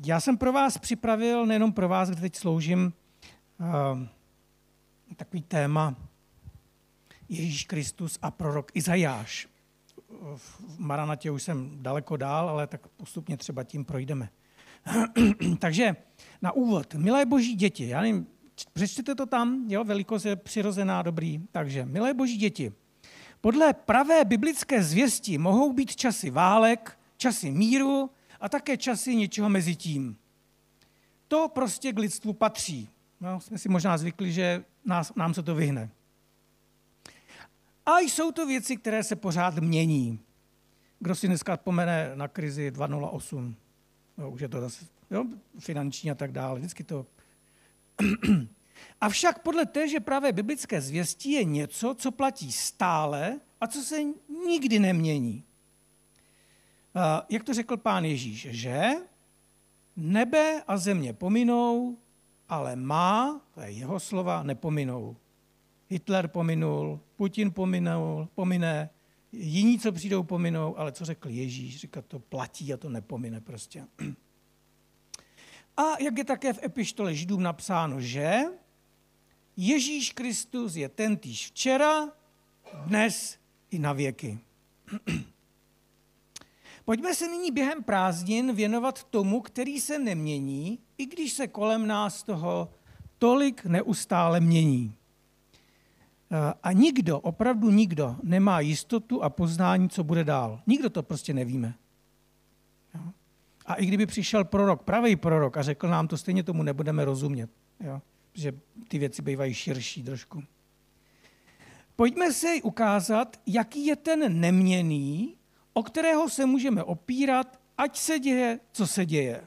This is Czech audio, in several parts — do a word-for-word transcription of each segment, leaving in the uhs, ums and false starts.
Já jsem pro vás připravil, nejenom pro vás, kde teď sloužím, uh, takový téma Ježíš Kristus a prorok Izajáš. V Maranatě už jsem daleko dál, ale tak postupně třeba tím projdeme. Takže na úvod, milé boží děti, já nevím, přečtěte to tam, jo, velikost je přirozená, dobrý. Takže, milé boží děti, podle pravé biblické zvěsti mohou být časy válek, časy míru a také časy něčeho mezi tím. To prostě k lidstvu patří. No, jsme si možná zvykli, že nás, nám se to vyhne. A jsou to věci, které se pořád mění. Kdo si dneska pomene na krizi dva tisíce osm, no, už je to zase jo, finanční a tak dále, vždycky to... Avšak podle téže pravé biblické zvěsti je něco, co platí stále a co se nikdy nemění. Jak to řekl pán Ježíš, že nebe a země pominou, ale má, to je jeho slova, nepominou. Hitler pominul, Putin pominul, pomine, jiní, co přijdou, pominou, ale co řekl Ježíš, říká, to platí a to nepomine prostě. A jak je také v epištole Židům napsáno, že Ježíš Kristus je tentýž včera, dnes i na věky. Pojďme se nyní během prázdnin věnovat tomu, který se nemění, i když se kolem nás toho tolik neustále mění. A nikdo, opravdu nikdo, nemá jistotu a poznání, co bude dál. Nikdo to prostě nevíme. A i kdyby přišel prorok, pravý prorok, a řekl nám to, stejně tomu nebudeme rozumět. Jo? Protože ty věci bývají širší trošku. Pojďme si ukázat, jaký je ten neměnný, o kterého se můžeme opírat, ať se děje, co se děje.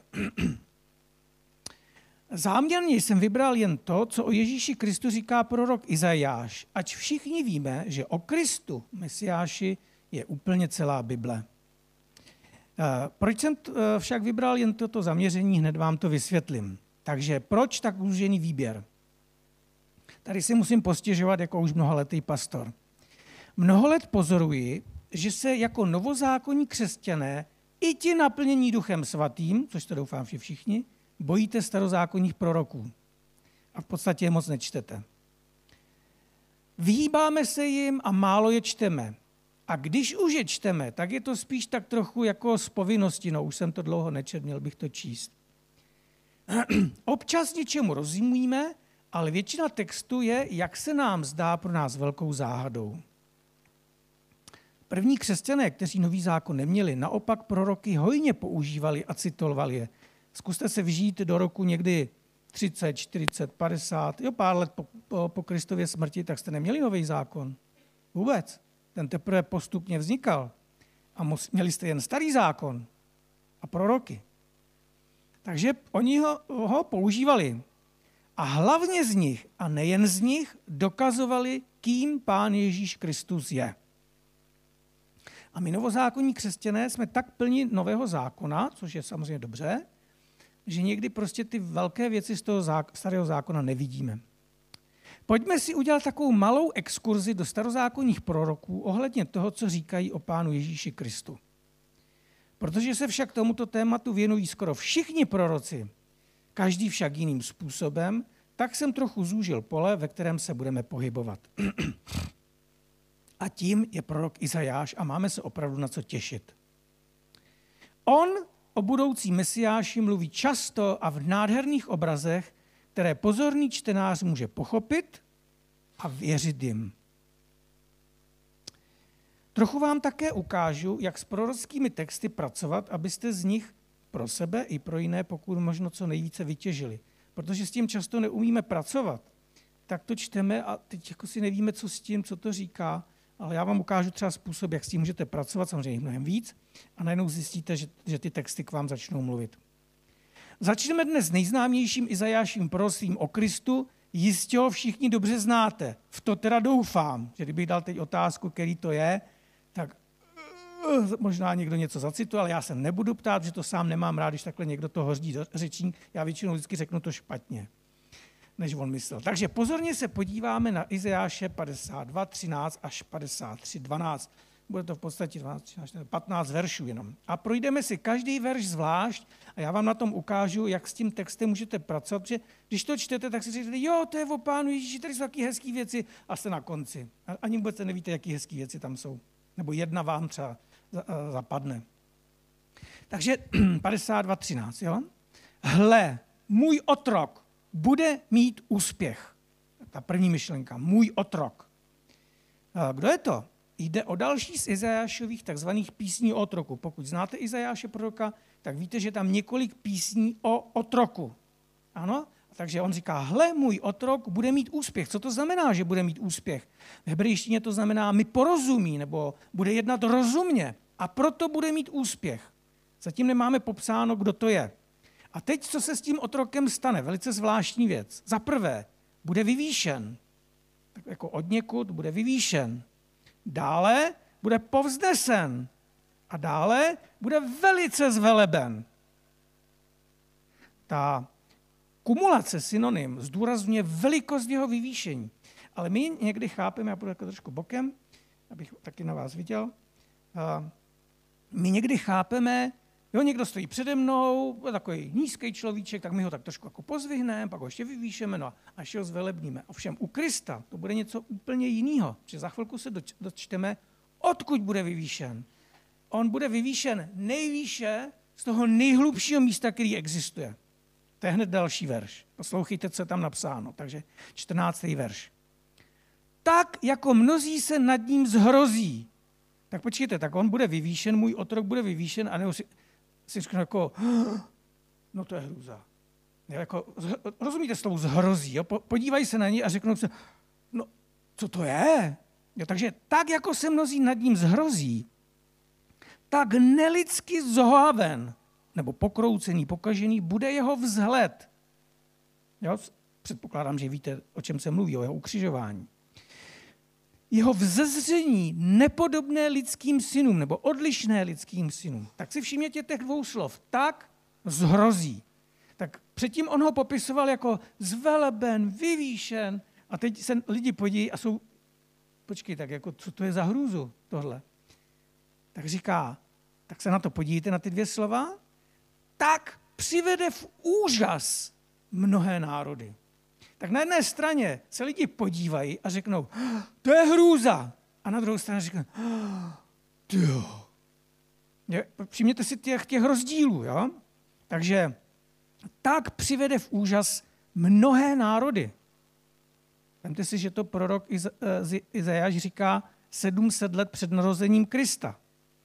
Záměrně jsem vybral jen to, co o Ježíši Kristu říká prorok Izajáš, ač všichni víme, že o Kristu, Mesiáši, je úplně celá Bible. Proč jsem však vybral jen toto zaměření, hned vám to vysvětlím. Takže proč tak různý výběr? Tady si musím postěžovat jako už mnohaletý pastor. Mnoho let pozoruji, že se jako novozákonní křesťané i ti naplnění Duchem Svatým, což to doufám, že všichni, bojíte starozákonních proroků. A v podstatě je moc nečtete. Vyhýbáme se jim a málo je čteme. A když už je čteme, tak je to spíš tak trochu jako z povinnosti. No, už jsem to dlouho nečetl, měl bych to číst. Občas něčemu rozumíme, ale většina textu je, jak se nám zdá, pro nás velkou záhadou. První křesťané, kteří nový zákon neměli, naopak proroky hojně používali a citovali je. Zkuste se vžít do roku někdy třicet, čtyřicet, padesát, jo, pár let po, po, po Kristově smrti, tak jste neměli nový zákon. Vůbec. Ten teprve postupně vznikal. A mus, měli jste jen starý zákon a proroky. Takže oni ho, ho používali. A hlavně z nich, a nejen z nich, dokazovali, kým Pán Ježíš Kristus je. A my novozákonní křesťané jsme tak plní nového zákona, což je samozřejmě dobře, že někdy prostě ty velké věci z toho starého zákona nevidíme. Pojďme si udělat takovou malou exkurzi do starozákonních proroků ohledně toho, co říkají o Pánu Ježíši Kristu. Protože se však tomuto tématu věnují skoro všichni proroci, každý však jiným způsobem, tak jsem trochu zúžil pole, ve kterém se budeme pohybovat. A tím je prorok Izajáš a máme se opravdu na co těšit. On o budoucí Mesiáši mluví často a v nádherných obrazech, které pozorný čtenář může pochopit a věřit jim. Trochu vám také ukážu, jak s prorockými texty pracovat, abyste z nich pro sebe i pro jiné pokud možno co nejvíce vytěžili. Protože s tím často neumíme pracovat. Tak to čteme a teď jako si nevíme, co s tím, co to říká, ale já vám ukážu třeba způsob, jak s tím můžete pracovat, samozřejmě mnohem víc, a najednou zjistíte, že, že ty texty k vám začnou mluvit. Začneme dnes nejznámějším Izajášovým proroctvím o Kristu, jistě ho všichni dobře znáte. V to teda doufám, že kdybych dal teď otázku, který to je, tak uh, možná někdo něco zacituje, ale já se nebudu ptát, že to sám nemám rád, když takhle někdo to hoří do řečí. Já většinou vždycky řeknu to špatně, než on myslel. Takže pozorně se podíváme na Izajáše padesát dva, třináct až padesát tři, dvanáct. bude to v podstatě patnáct veršů jenom. A projdeme si každý verš zvlášť a já vám na tom ukážu, jak s tím textem můžete pracovat, protože když to čtete, tak si říkáte, jo, to je o Pánu Ježíši, tady jsou taky hezký věci a jste na konci. Ani vůbec nevíte, jaký hezký věci tam jsou. Nebo jedna vám třeba zapadne. Takže padesát dva třináct, jo? Hle, můj otrok bude mít úspěch. Ta první myšlenka, můj otrok. Kdo je to? Jde o další z Izajášových takzvaných písní o otroku. Pokud znáte Izajáše proroka, tak víte, že tam několik písní o otroku. Ano? Takže on říká, hle, můj otrok bude mít úspěch. Co to znamená, že bude mít úspěch? V hebrejštině to znamená, mi porozumí, nebo bude jednat rozumně a proto bude mít úspěch. Zatím nemáme popsáno, kdo to je. A teď, co se s tím otrokem stane? Velice zvláštní věc. Za prvé, bude vyvýšen. Tak jako odněkud bude vyvýšen. Dále bude povznesen. A dále bude velice zveleben. Ta kumulace synonym zdůrazňuje velikost jeho vyvýšení. Ale my někdy chápeme, já půjdu jako trošku bokem, abych taky na vás viděl, my někdy chápeme, jo, někdo stojí přede mnou, je takový nízký človíček, tak my ho tak trošku jako pozvihneme, pak ho ještě vyvýšeme, no a až ho zvelebníme. Ovšem u Krista to bude něco úplně jiného, protože za chvilku se dočteme, odkud bude vyvýšen. On bude vyvýšen nejvýše z toho nejhlubšího místa, který existuje. To je hned další verš. Poslouchejte, co je tam napsáno. Takže čtrnáctý verš. Tak, jako mnozí se nad ním zhrozí. Tak počkejte, tak on bude vyvýšen, můj otrok bude vyvýšen a nebo si, si řeknu jako, no to je hrůza. Jako, rozumíte slovu zhrozí, jo? Podívají se na něj a řeknou se, no co to je? Jo, takže tak, jako se mnozí nad ním zhrozí, tak nelidsky zohaven, nebo pokroucený, pokažený, bude jeho vzhled. Jo? Předpokládám, že víte, o čem se mluví, o jeho ukřižování. Jeho vzezření nepodobné lidským synům, nebo odlišné lidským synům. Tak si všimněte těch dvou slov. Tak zhrozí. Tak předtím on ho popisoval jako zveleben, vyvýšen, a teď se lidi podívají a jsou, počkej, tak jako, co to je za hrůzu tohle? Tak říká, tak se na to podívejte, na ty dvě slova, tak přivede v úžas mnohé národy. Tak na jedné straně se lidi podívají a řeknou, to je hrůza. A na druhou stranu řeknou, jo. Všimněte si těch, těch rozdílů. Jo? Takže tak přivede v úžas mnohé národy. Vemte si, že to prorok Izajáš říká sedm set let před narozením Krista.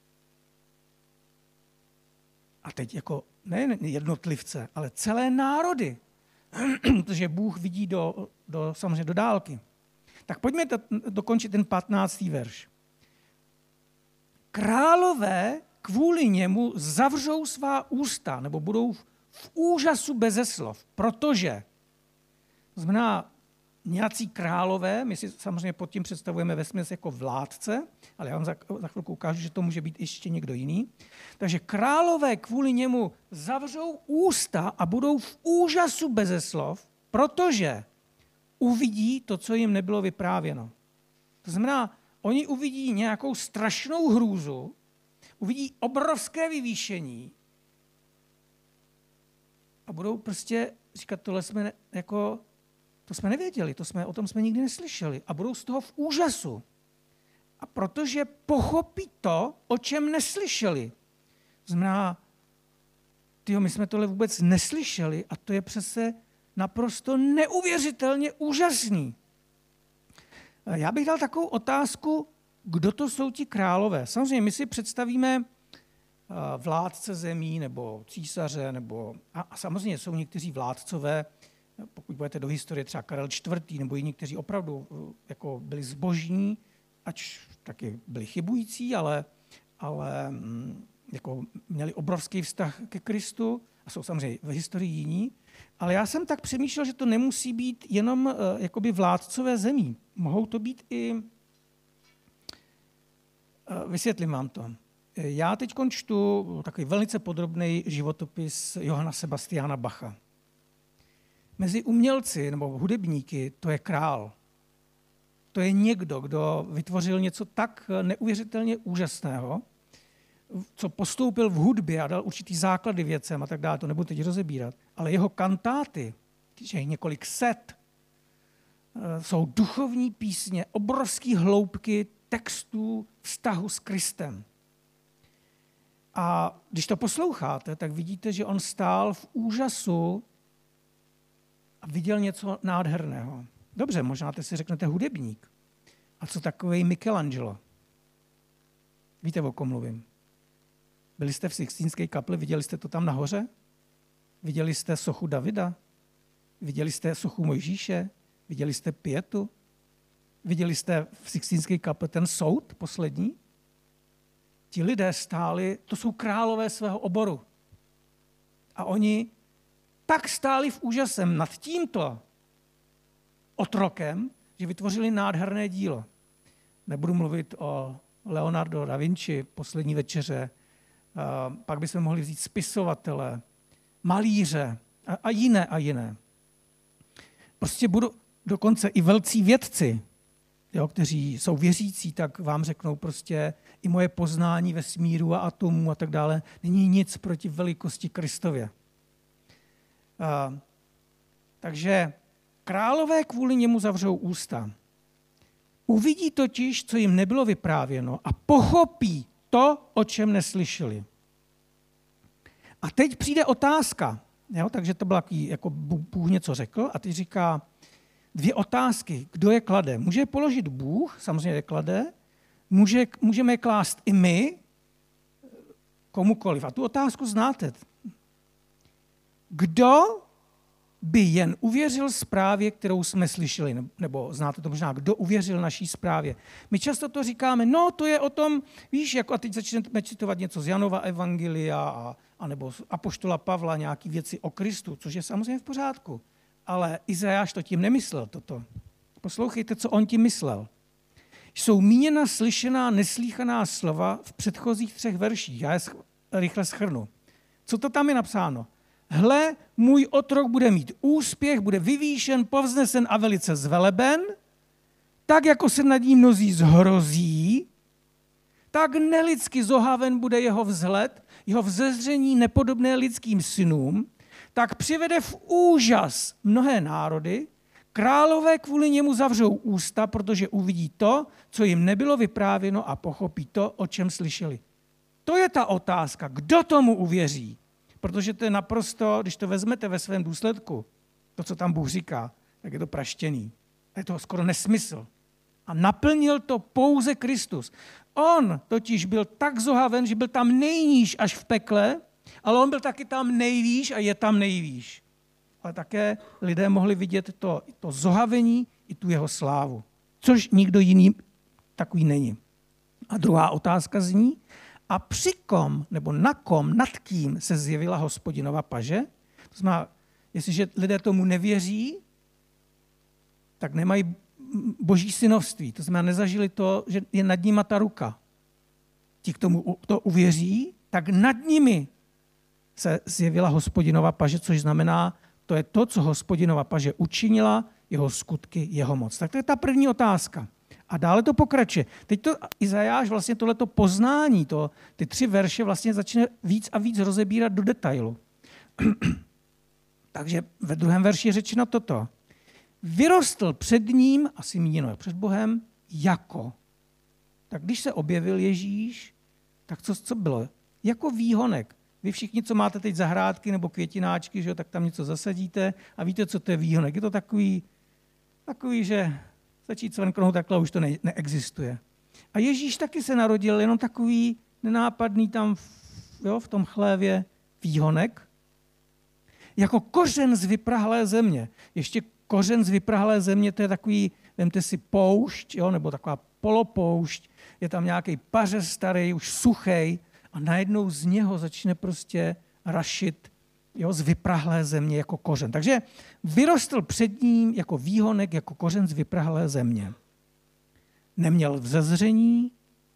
A teď jako ne jednotlivce, ale celé národy. Protože Bůh vidí do, do, samozřejmě do dálky. Tak pojďme to, dokončit ten patnáctý verš. Králové kvůli němu zavřou svá ústa, nebo budou v, v úžasu beze slov, protože znamená nějací králové, my si samozřejmě pod tím představujeme vesměs jako vládce, ale já vám za, za chvilku ukážu, že to může být ještě někdo jiný. Takže králové kvůli němu zavřou ústa a budou v úžasu beze slov, protože uvidí to, co jim nebylo vyprávěno. To znamená, oni uvidí nějakou strašnou hrůzu, uvidí obrovské vyvýšení a budou prostě říkat, tohle jsme ne, jako... To jsme nevěděli, to jsme, o tom jsme nikdy neslyšeli. A budou z toho v úžasu. A protože pochopí to, o čem neslyšeli. Znamená, tyjo, my jsme tohle vůbec neslyšeli a to je přece naprosto neuvěřitelně úžasný. Já bych dal takovou otázku, kdo to jsou ti králové. Samozřejmě my si představíme vládce zemí nebo císaře, nebo, a, a samozřejmě jsou někteří vládcové, pokud budete do historie třeba Karel čtvrtý nebo jiní, kteří opravdu jako byli zbožní, ač taky byli chybující, ale, ale jako měli obrovský vztah ke Kristu a jsou samozřejmě v historii jiní. Ale já jsem tak přemýšlel, že to nemusí být jenom jakoby vládcové zemí. Mohou to být i... Vysvětlím vám to. Já teď čtu takový velice podrobný životopis Johana Sebastiana Bacha. Mezi umělci nebo hudebníky to je král. to je někdo, kdo vytvořil něco tak neuvěřitelně úžasného, co postoupil v hudbě a dal určitý základy věcem a tak dále, to nebudu teď rozebírat, ale jeho kantáty, že je několik set, jsou duchovní písně, obrovské hloubky textů vztahu s Kristem. A když to posloucháte, tak vidíte, že on stál v úžasu a viděl něco nádherného. Dobře, možná ty si řeknete hudebník. A co takový Michelangelo? Víte, o kom mluvím? Byli jste v Sixtínské kapli, viděli jste to tam nahoře? Viděli jste sochu Davida? Viděli jste sochu Mojžíše? Viděli jste Pietu? Viděli jste v Sixtínské kapli ten soud poslední? Ti lidé stáli, to jsou králové svého oboru. A oni tak stáli v úžasem nad tímto otrokem, že vytvořili nádherné dílo. Nebudu mluvit o Leonardo da Vinci, Poslední večeře, pak bychom mohli vzít spisovatele, malíře a, a jiné a jiné. Prostě budu dokonce i velcí vědci, jo, kteří jsou věřící, tak vám řeknou prostě i moje poznání vesmíru a atomů a tak dále není nic proti velikosti Kristově. A, takže králové kvůli němu zavřou ústa. Uvidí totiž, co jim nebylo vyprávěno a pochopí to, o čem neslyšeli. A teď přijde otázka, jo, takže to bylo takový, jako Bůh něco řekl a teď říká dvě otázky, kdo je klade. Může je položit Bůh, samozřejmě je klade, může, můžeme je klást i my, komukoliv. A tu otázku znáte. Kdo by jen uvěřil zprávě, kterou jsme slyšeli, nebo znáte to možná, kdo uvěřil naší zprávě. My často to říkáme, no to je o tom, víš, jako a teď začneme citovat něco z Janova evangelia, a, a nebo z apoštola Pavla, nějaké věci o Kristu, což je samozřejmě v pořádku. Ale Izajáš to tím nemyslel, toto. Poslouchejte, co on tím myslel. Jsou míněna slyšená, neslýchaná slova v předchozích třech verších. Já je rychle shrnu. Co to tam je napsáno? Hle, můj otrok bude mít úspěch, bude vyvýšen, povznesen a velice zveleben, tak jako se nad ním mnozí zhrozí, tak nelidsky zohaven bude jeho vzhled, jeho vzezření nepodobné lidským synům, tak přivede v úžas mnohé národy, králové kvůli němu zavřou ústa, protože uvidí to, co jim nebylo vyprávěno a pochopí to, o čem slyšeli. To je ta otázka, kdo tomu uvěří. Protože to je naprosto, když to vezmete ve svém důsledku, to, co tam Bůh říká, tak je to praštěný. Je to skoro nesmysl. A naplnil to pouze Kristus. On totiž byl tak zohaven, že byl tam nejníž až v pekle, ale on byl taky tam nejvýš a je tam nejvýš. Ale také lidé mohli vidět to, to zohavení i tu jeho slávu. Což nikdo jiný takový není. A druhá otázka zní, a při kom, nebo na kom, nad kým se zjevila Hospodinova paže? To znamená, jestliže lidé tomu nevěří, tak nemají boží synovství. To znamená, nezažili to, že je nad nima ta ruka. Ti k tomu to uvěří, tak nad nimi se zjevila Hospodinova paže, což znamená, to je to, co Hospodinova paže učinila, jeho skutky, jeho moc. Tak to je ta první otázka. A dále to pokračuje. Teď to Izajáš vlastně tohleto poznání, to, ty tři verše vlastně začne víc a víc rozebírat do detailu. Takže ve druhém verši je řečeno toto. Vyrostl před ním, asi míněno před Bohem, jako. Tak když se objevil Ježíš, tak co, co bylo? Jako výhonek. Vy všichni, co máte teď zahrádky nebo květináčky, že jo, tak tam něco zasadíte a víte, co to je výhonek. Je to takový, takový že začít cvrknout takhle, už to ne, neexistuje. A Ježíš taky se narodil jenom takový nenápadný tam v, jo, v tom chlévě výhonek, jako kořen z vyprahlé země. Ještě kořen z vyprahlé země, to je takový, vemte si poušť, jo, nebo taková polopoušť, je tam nějaký pařez starý, už suchej, a najednou z něho začne prostě rašit, jo, z vyprahlé země jako kořen. Takže vyrostl před ním jako výhonek, jako kořen z vyprahlé země. Neměl vzezření,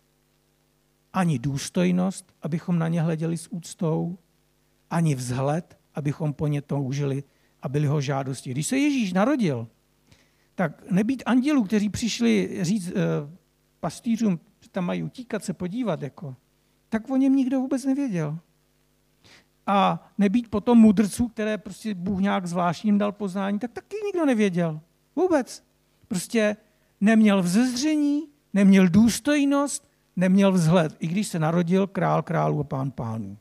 ani důstojnost, abychom na ně hleděli s úctou, ani vzhled, abychom po ně toužili a byli ho žádosti. Když se Ježíš narodil, tak nebýt andělů, kteří přišli říct e, pastýřům, že tam mají utíkat se podívat, jako, tak o něm nikdo vůbec nevěděl. A nebýt potom mudrců, které prostě Bůh nějak zvláštním dal poznání, tak taky nikdo nevěděl. Vůbec. Prostě neměl vzezření, neměl důstojnost, neměl vzhled, i když se narodil král králů a pán pánů.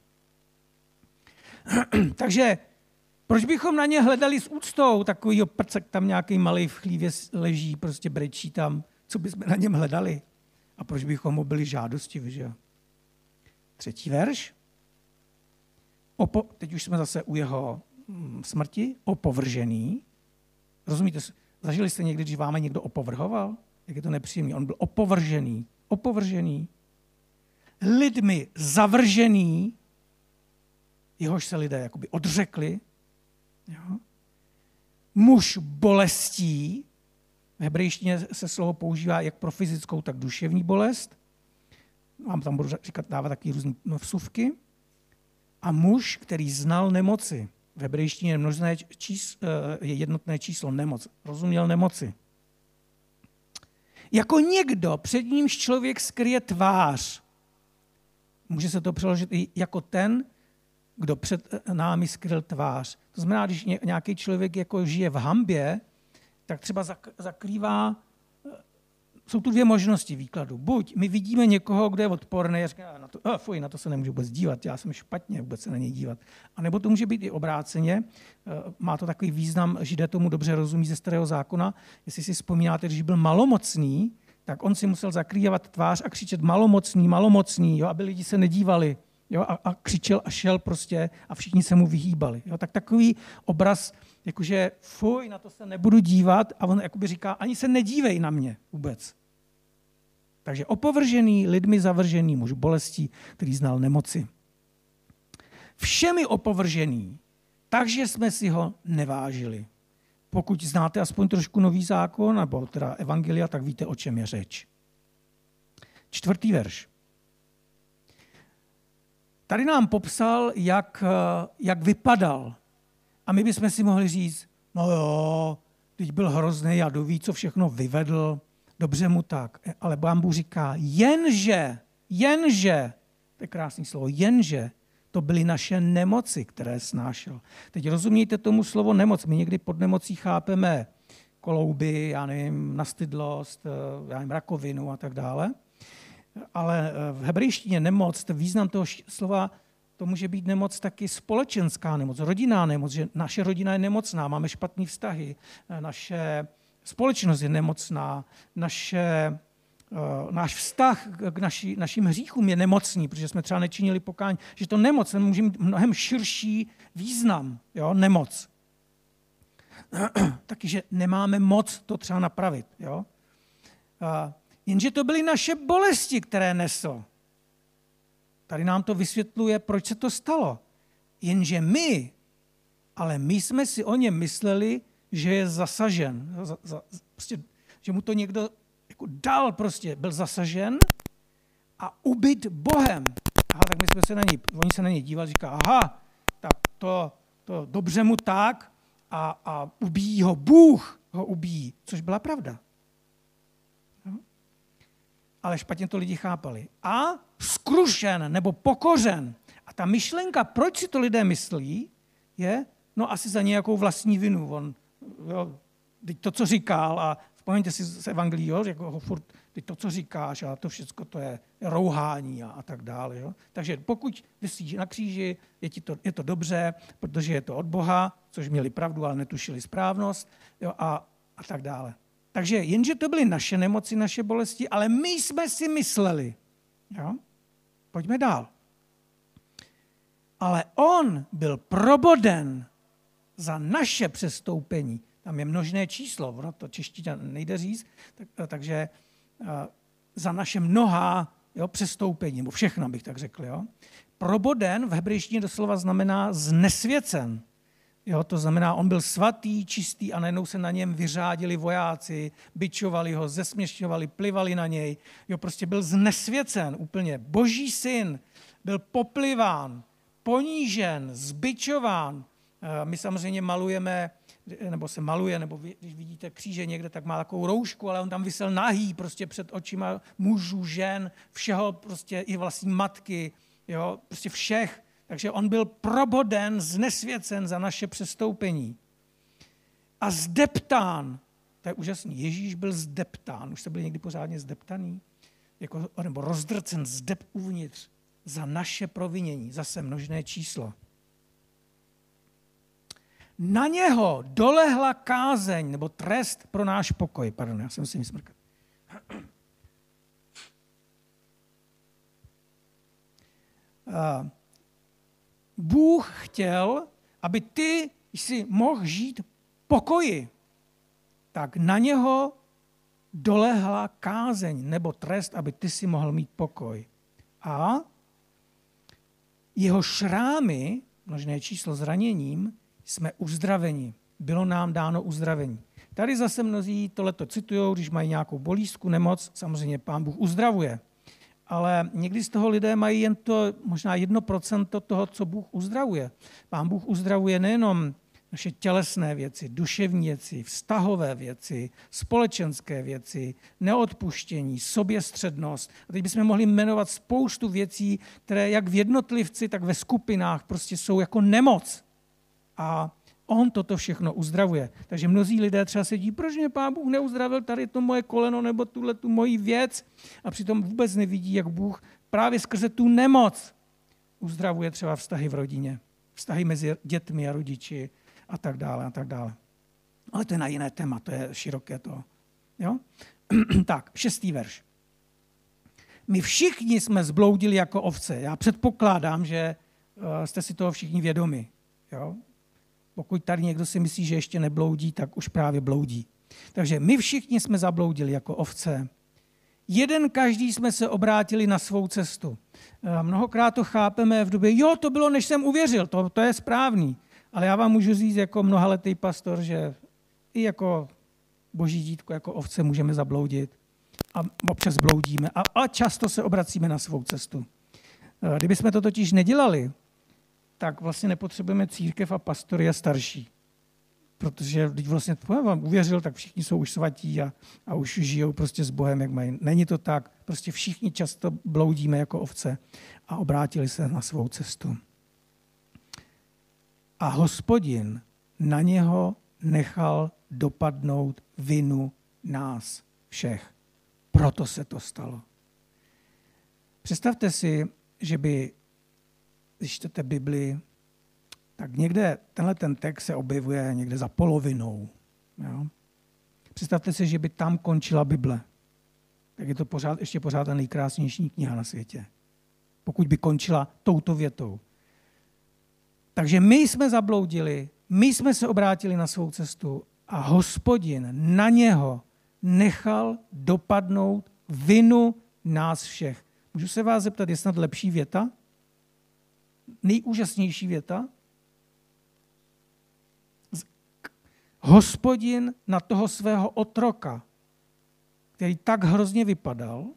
Takže proč bychom na ně hledali s úctou takovýho prcek, tam nějaký malý v chlívě leží, prostě brečí tam, co bychom na něm hledali? A proč bychom mu byli žádostiví, že? Třetí verš. Opo, teď už jsme zase u jeho hm, smrti. Opovržený. Rozumíte? Zažili jste někdy, když vám někdo opovrhoval? Jak je to nepříjemný. On byl opovržený. Opovržený. Lidmi zavržený, jehož se lidé jakoby odřekli. Jo? Muž bolestí. V hebrejštině se slovo používá jak pro fyzickou, tak duševní bolest. Vám tam budu říkat, dávat taky různé vsuvky. A muž, který znal nemoci. V hebrejštině je, množné čís, je jednotné číslo nemoc. Rozuměl nemoci. Jako někdo, před nímž člověk skryje tvář. Může se to přeložit i jako ten, kdo před námi skryl tvář. To znamená, když nějaký člověk jako žije v hanbě, tak třeba zakrývá. Jsou tu dvě možnosti výkladu. Buď my vidíme někoho, kdo je odporný a říká, na to, oh, fuj, na to se nemůžu vůbec dívat, já jsem špatně vůbec se na něj dívat. A nebo to může být i obráceně. Má to takový význam, Židé tomu dobře rozumí ze Starého zákona. Jestli si vzpomínáte, když byl malomocný, tak on si musel zakrývat tvář a křičet malomocný, malomocný, jo, aby lidi se nedívali. Jo, a, a křičel a šel prostě a všichni se mu vyhýbali. Jo, tak takový obraz, jakože fuj, na to se nebudu dívat a on jakoby říká, ani se nedívej na mě vůbec. Takže opovržený, lidmi zavržený, muž bolestí, který znal nemoci. Všemi opovržený, takže jsme si ho nevážili. Pokud znáte aspoň trošku Nový zákon, nebo teda evangelia, tak víte, o čem je řeč. Čtvrtý verš. Tady nám popsal, jak, jak vypadal. A my bychom si mohli říct, no jo, teď byl hrozný a doví, co všechno vyvedl, dobře mu tak. Ale Pán Bůh říká, jenže, jenže, to je krásné slovo, jenže, to byly naše nemoci, které snášel. Teď rozumějte tomu slovo nemoc. My někdy pod nemocí chápeme klouby, já nevím, nastydlost, já nevím, rakovinu a tak dále. Ale v hebrejštině nemoc, ten význam toho slova, to může být nemoc taky společenská nemoc, rodinná nemoc, že naše rodina je nemocná, máme špatné vztahy, naše společnost je nemocná, naše, náš vztah k naši, našim hříchům je nemocný, protože jsme třeba nečinili pokání, že to nemoc může mít mnohem širší význam, jo, nemoc. Taky, že nemáme moc to třeba napravit, jo. Jenže to byly naše bolesti, které nesl. Tady nám to vysvětluje, proč se to stalo. Jenže my, ale my jsme si o něm mysleli, že je zasažen. Za, za, prostě, že mu to někdo jako dal prostě, byl zasažen a ubyt Bohem. Aha, tak my jsme se na něj, oni se na něj dívali, říká, aha, tak to, to dobře mu tak a, a ubíjí ho, Bůh ho ubíjí, což byla pravda. Ale špatně to lidi chápali. A zkrušen nebo pokořen. A ta myšlenka, proč si to lidé myslí, je, no asi za nějakou vlastní vinu. On, jo, teď to, co říkal, a vzpomeňte si z Evangelii, jo, jako ho furt, teď to, co říkáš, a to všechno to je rouhání a, a tak dále. Jo. Takže pokud visíš na kříži, je, ti to, je to dobře, protože je to od Boha, což měli pravdu, ale netušili správnost, jo, a, a tak dále. Takže jenže to byly naše nemoci, naše bolesti, ale my jsme si mysleli. Jo? Pojďme dál. Ale on byl proboden za naše přestoupení. Tam je množné číslo, ono to češtině nejde říct, tak, takže uh, za naše mnohá, jo, přestoupení, nebo všechno bych tak řekl. Jo? Proboden v hebrejštině doslova znamená znesvěcen. Jo, to znamená, on byl svatý, čistý a najednou se na něm vyřádili vojáci, bičovali ho, zesměšňovali, plivali na něj. Jo, prostě byl znesvěcen úplně. Boží syn byl popliván, ponížen, zbičován. My samozřejmě malujeme nebo se maluje, nebo vy, když vidíte kříže někde, tak má takovou roušku, ale on tam visel nahý prostě před očima mužů, žen, všeho, prostě i vlastní matky, jo, prostě všech. Takže on byl proboden, znesvěcen za naše přestoupení. A zdeptán, to je úžasný, Ježíš byl zdeptán, už jste byli někdy pořádně zdeptaný? Jako, nebo rozdrcen, zdep uvnitř za naše provinění, zase množné číslo. Na něho dolehla kázeň, nebo trest pro náš pokoj. Pardon, já jsem si vysmrkal. Bůh chtěl, aby ty jsi mohl žít pokoji. Tak na něho dolehla kázeň nebo trest, aby ty si mohl mít pokoj. A jeho šrámy, množné číslo zraněním, jsme uzdraveni. Bylo nám dáno uzdravení. Tady zase mnozí tohleto citujou, když mají nějakou bolístku, nemoc, samozřejmě Pán Bůh uzdravuje. Ale někdy z toho lidé mají jen to, možná jedno procento toho, co Bůh uzdravuje. Pán Bůh uzdravuje nejenom naše tělesné věci, duševní věci, vztahové věci, společenské věci, neodpuštění, soběstřednost. A teď bychom mohli jmenovat spoustu věcí, které jak v jednotlivci, tak ve skupinách prostě jsou jako nemoc. A on toto všechno uzdravuje. Takže mnozí lidé třeba sedí, proč mě Pán Bůh neuzdravil tady to moje koleno nebo tuhle tu moji věc a přitom vůbec nevidí, jak Bůh právě skrze tu nemoc uzdravuje třeba vztahy v rodině, vztahy mezi dětmi a rodiči a tak dále a tak dále. Ale to je na jiné téma, to je široké to. Jo? Tak, šestý verš. My všichni jsme zbloudili jako ovce. Já předpokládám, že jste si toho všichni vědomi. Jo? Pokud tady někdo si myslí, že ještě nebloudí, tak už právě bloudí. Takže my všichni jsme zabloudili jako ovce. Jeden každý jsme se obrátili na svou cestu. Mnohokrát to chápeme v době, jo, to bylo, než jsem uvěřil, to, to je správný. Ale já vám můžu říct jako mnohaletý pastor, že i jako boží dítko, jako ovce můžeme zabloudit. A občas bloudíme a, a často se obracíme na svou cestu. Kdybychom to totiž nedělali, tak vlastně nepotřebujeme církev a pastory a starší. Protože když vlastně vám uvěřil, tak všichni jsou už svatí a, a už žijou prostě s Bohem, jak mají. Není to tak. Prostě všichni často bloudíme jako ovce a obrátili se na svou cestu. A Hospodin na něho nechal dopadnout vinu nás všech. Proto se to stalo. Představte si, že by, když čtete Bibli, tak někde tenhle ten text se objevuje někde za polovinou. Jo? Představte si, že by tam končila Bible. Tak je to pořád, ještě pořád ta nejkrásnější kniha na světě. Pokud by končila touto větou. Takže my jsme zabloudili, my jsme se obrátili na svou cestu a Hospodin na něho nechal dopadnout vinu nás všech. Můžu se vás zeptat, je snad lepší věta? Nejúžasnější věta? Hospodin na toho svého otroka, který tak hrozně vypadal,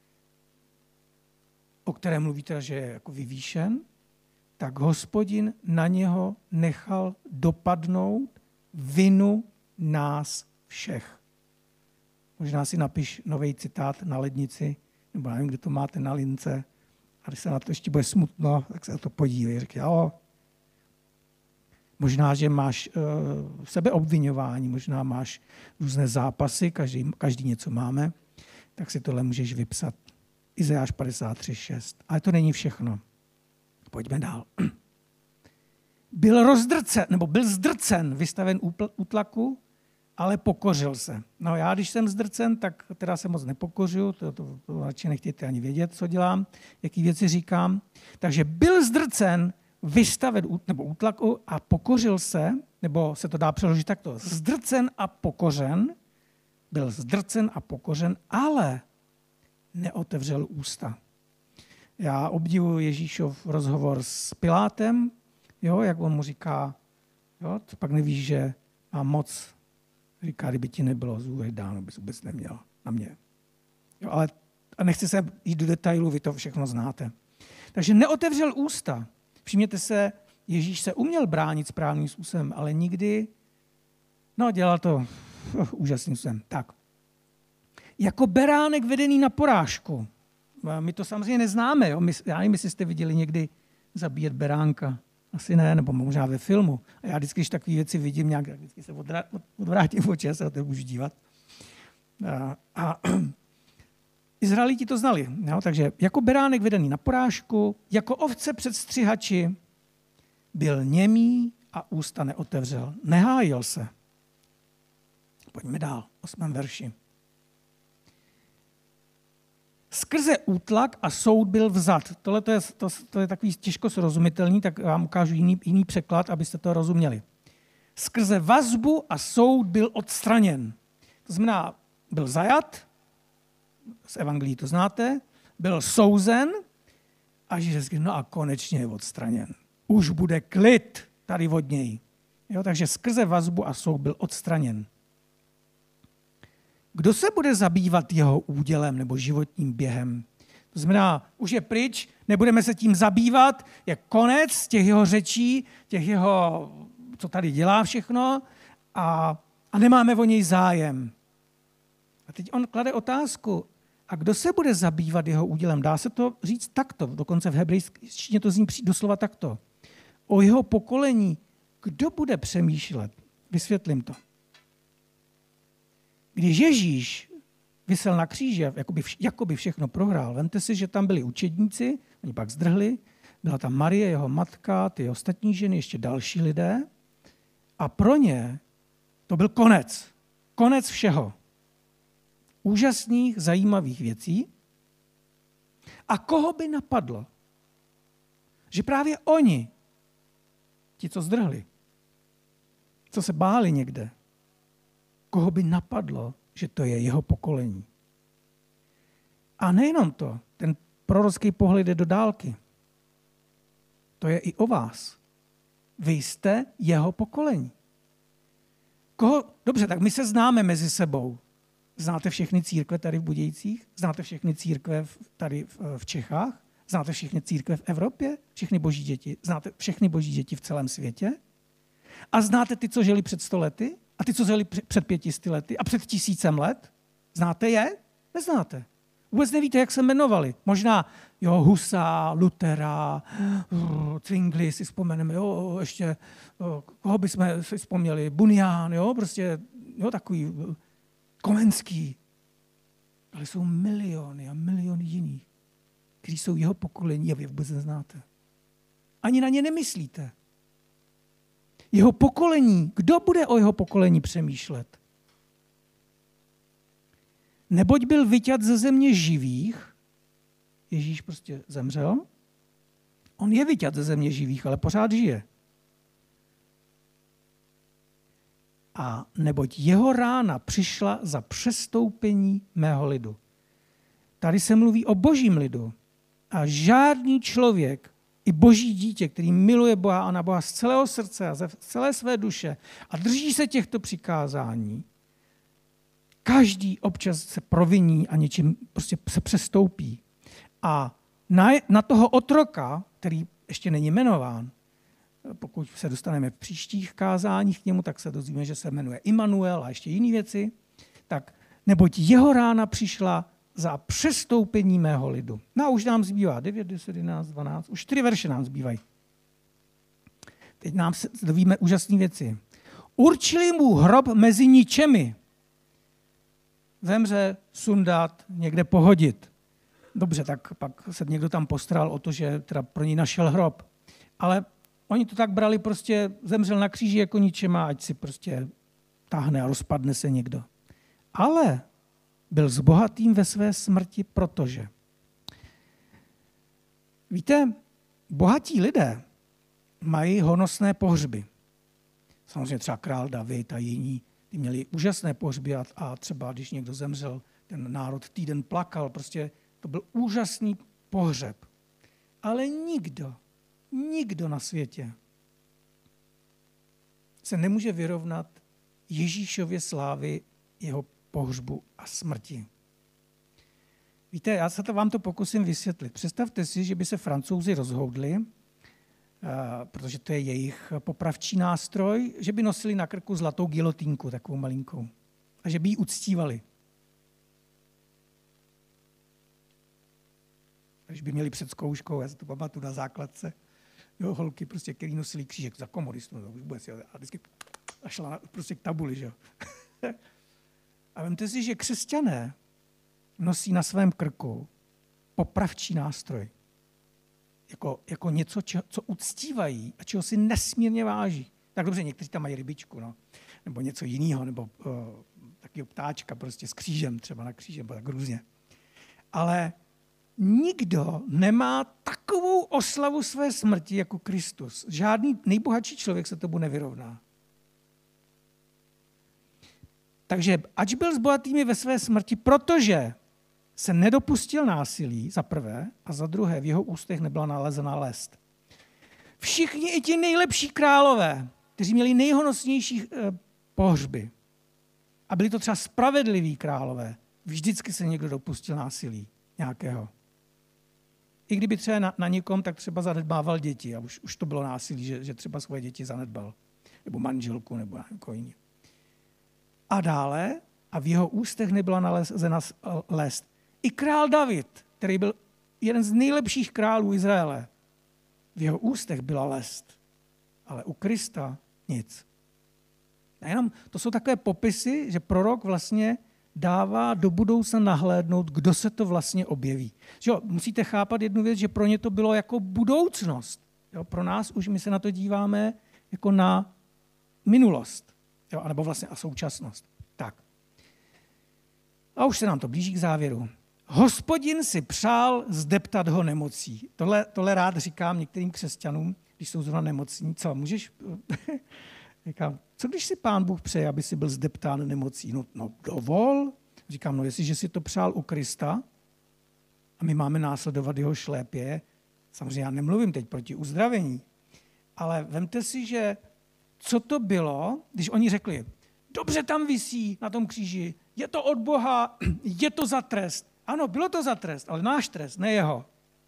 o kterém mluvíte, že je jako vyvýšen, tak Hospodin na něho nechal dopadnout vinu nás všech. Možná si napiš nový citát na lednici, nebo nevím, kde to máte na lince, a když se na to ještě bude smutno, tak se na to podívej. Řekl, jo. Možná, že máš uh, sebeobviňování, možná máš různé zápasy, každý, každý něco máme, tak si tohle můžeš vypsat. Izajáš padesát tři šest. Ale to není všechno. Pojďme dál. Byl rozdrcen, nebo byl zdrcen, vystaven útlaku, ale pokořil se. No já, když jsem zdrcen, tak teda se moc nepokořuju, to, to, to radši nechtějte ani vědět, co dělám, jaký věci říkám. Takže byl zdrcen, vystaven nebo útlaku a pokořil se, nebo se to dá přeložit takto, zdrcen a pokořen, byl zdrcen a pokořen, ale neotevřel ústa. Já obdivuji Ježíšov rozhovor s Pilátem, jo, jak on mu říká, jo, to pak nevíš, že má moc, říká, kdyby ti nebylo zůvek dáno, bys vůbec neměl na mě. Jo, ale a nechci se jít do detailu, vy to všechno znáte. Takže neotevřel ústa. Všimněte se, Ježíš se uměl bránit správným způsobem, ale nikdy No, dělal to uh, úžasným způsobem. Tak. Jako beránek vedený na porážku. My to samozřejmě neznáme. Jo? My, já nevím, jestli jste viděli někdy zabíjet beránka. Asi ne, nebo možná ve filmu. A já vždycky, když takové věci vidím, nějak, tak vždycky se odvrá, odvrátím oči a se na to můžu dívat. A, a Izraeliti to znali. Jo? Takže jako beránek vedený na porážku, jako ovce před střihači, byl němý a ústa neotevřel. Nehájil se. Pojďme dál, osmém verši. Skrze útlak a soud byl vzat. Tohle to je, to, to je takový těžko srozumitelný, tak vám ukážu jiný, jiný překlad, abyste to rozuměli. Skrze vazbu a soud byl odstraněn. To znamená, byl zajat, z evangelií to znáte, byl souzen a Ježíš řekl, no a konečně je odstraněn. Už bude klid tady od něj. Jo, takže skrze vazbu a soud byl odstraněn. Kdo se bude zabývat jeho údělem nebo životním během? To znamená, už je pryč, nebudeme se tím zabývat, je konec těch jeho řečí, těch jeho, co tady dělá všechno a, a nemáme o něj zájem. A teď on klade otázku, a kdo se bude zabývat jeho údělem? Dá se to říct takto, dokonce v hebrejštině to zní doslova takto. O jeho pokolení, kdo bude přemýšlet? Vysvětlím to. Když Ježíš visel na kříži, jakoby, jakoby všechno prohrál, vemte si, že tam byli učedníci, oni pak zdrhli, byla tam Marie, jeho matka, ty ostatní ženy, ještě další lidé a pro ně to byl konec. Konec všeho. Úžasných, zajímavých věcí. A koho by napadlo, že právě oni, ti, co zdrhli, co se báli někde, koho by napadlo, že to je jeho pokolení. A nejenom to, ten prorocký pohled jde do dálky. To je i o vás. Vy jste jeho pokolení. Koho? Dobře, tak my se známe mezi sebou. Znáte všechny církve tady v Budějcích? Znáte všechny církve tady v Čechách? Znáte všechny církve v Evropě? Všechny boží děti? Znáte všechny boží děti v celém světě? A znáte ty, co žili před sto lety? A ty, co žili před pětisty lety? A před tisícem let? Znáte je? Neznáte. Vůbec nevíte, jak se jmenovali. Možná, jo, Husa, Lutera, Zwingli si vzpomeneme, jo, ještě, jo, koho bychom si vzpomněli, Bunyan, jo, prostě, jo, takový Komenský. Ale jsou miliony a miliony jiných, kteří jsou jeho pokolení a vy vůbec neznáte. Ani na ně nemyslíte. Jeho pokolení, kdo bude o jeho pokolení přemýšlet? Neboť byl vyťat ze země živých, Ježíš prostě zemřel, on je vyťat ze země živých, ale pořád žije. A neboť jeho rána přišla za přestoupení mého lidu. Tady se mluví o božím lidu. A žádný člověk, i boží dítě, který miluje Boha a na Boha z celého srdce a ze celé své duše a drží se těchto přikázání, každý občas se proviní a něčím prostě se přestoupí. A na, na toho otroka, který ještě není jmenován, pokud se dostaneme v příštích kázáních k němu, tak se dozvíme, že se jmenuje Immanuel a ještě jiné věci, tak neboť jeho rána přišla za přestoupení mého lidu. No a už nám zbývá devět, deset, jedenáct, dvanáct, už čtyři verše nám zbývají. Teď nám se dovíme úžasné věci. Určili mu hrob mezi ničemi. Zemře, sundat, někde pohodit. Dobře, tak pak se někdo tam postaral o to, že teda pro něj našel hrob. Ale oni to tak brali, prostě zemřel na kříži jako ničema, ať si prostě táhne a rozpadne se někdo. Ale byl zbohatým ve své smrti, protože. Víte, bohatí lidé mají honosné pohřby. Samozřejmě třeba král David a jiní, ty měli úžasné pohřby a, a třeba když někdo zemřel, ten národ týden plakal, prostě to byl úžasný pohřeb. Ale nikdo, nikdo na světě se nemůže vyrovnat Ježíšově slávy, jeho pohřbu a smrti. Víte, já se to vám to pokusím vysvětlit. Představte si, že by se Francouzi rozhodli, protože to je jejich popravčí nástroj, že by nosili na krku zlatou gilotínku, takovou malinkou. A že by ji uctívali. Když by měli před zkouškou, já se to pamatuju na základce, jo, holky, prostě, který nosili křížek za komunistů, no, vůbec, a vždycky a šla na, prostě k tabuli, že jo. A vemte si, že křesťané nosí na svém krku popravčí nástroj. Jako, jako něco, čo, co uctívají a čeho si nesmírně váží. Tak dobře, někteří tam mají rybičku, no, nebo něco jiného, nebo uh, takového ptáčka prostě s křížem, třeba na kříži, nebo tak různě. Ale nikdo nemá takovou oslavu své smrti jako Kristus. Žádný nejbohatší člověk se tomu nevyrovná. Takže ač byl s bohatými ve své smrti, protože se nedopustil násilí, za prvé, a za druhé v jeho ústech nebyla nalezena lest. Všichni i ti nejlepší králové, kteří měli nejhonosnější eh, pohřby, a byli to třeba spravedliví králové, vždycky se někdo dopustil násilí nějakého. I kdyby třeba na, na někom, tak třeba zanedbával děti a už, už to bylo násilí, že, že třeba svoje děti zanedbal. Nebo manželku, nebo jako jiný. A dále, a v jeho ústech nebyla nalezena lest. I král David, který byl jeden z nejlepších králů Izraele, v jeho ústech byla lest. Ale u Krista nic. A jenom to jsou takové popisy, že prorok vlastně dává do budoucna nahlédnout, kdo se to vlastně objeví. Že jo, musíte chápat jednu věc, že pro ně to bylo jako budoucnost. Jo, pro nás už my se na to díváme jako na minulost. Jo, anebo vlastně a současnost. Tak. A už se nám to blíží k závěru. Hospodin si přál zdeptat ho nemocí. Tohle, tohle rád říkám některým křesťanům, když jsou zrovna nemocní. Co, můžeš... Říkám, co když si Pán Bůh přeje, aby si byl zdeptán nemocí? No, no dovol. Říkám, no jestliže si to přál u Krista a my máme následovat jeho šlépě, samozřejmě já nemluvím teď proti uzdravení, ale vemte si, že co to bylo, když oni řekli, dobře tam visí na tom kříži, je to od Boha, je to za trest. Ano, bylo to za trest, ale náš trest, ne jeho.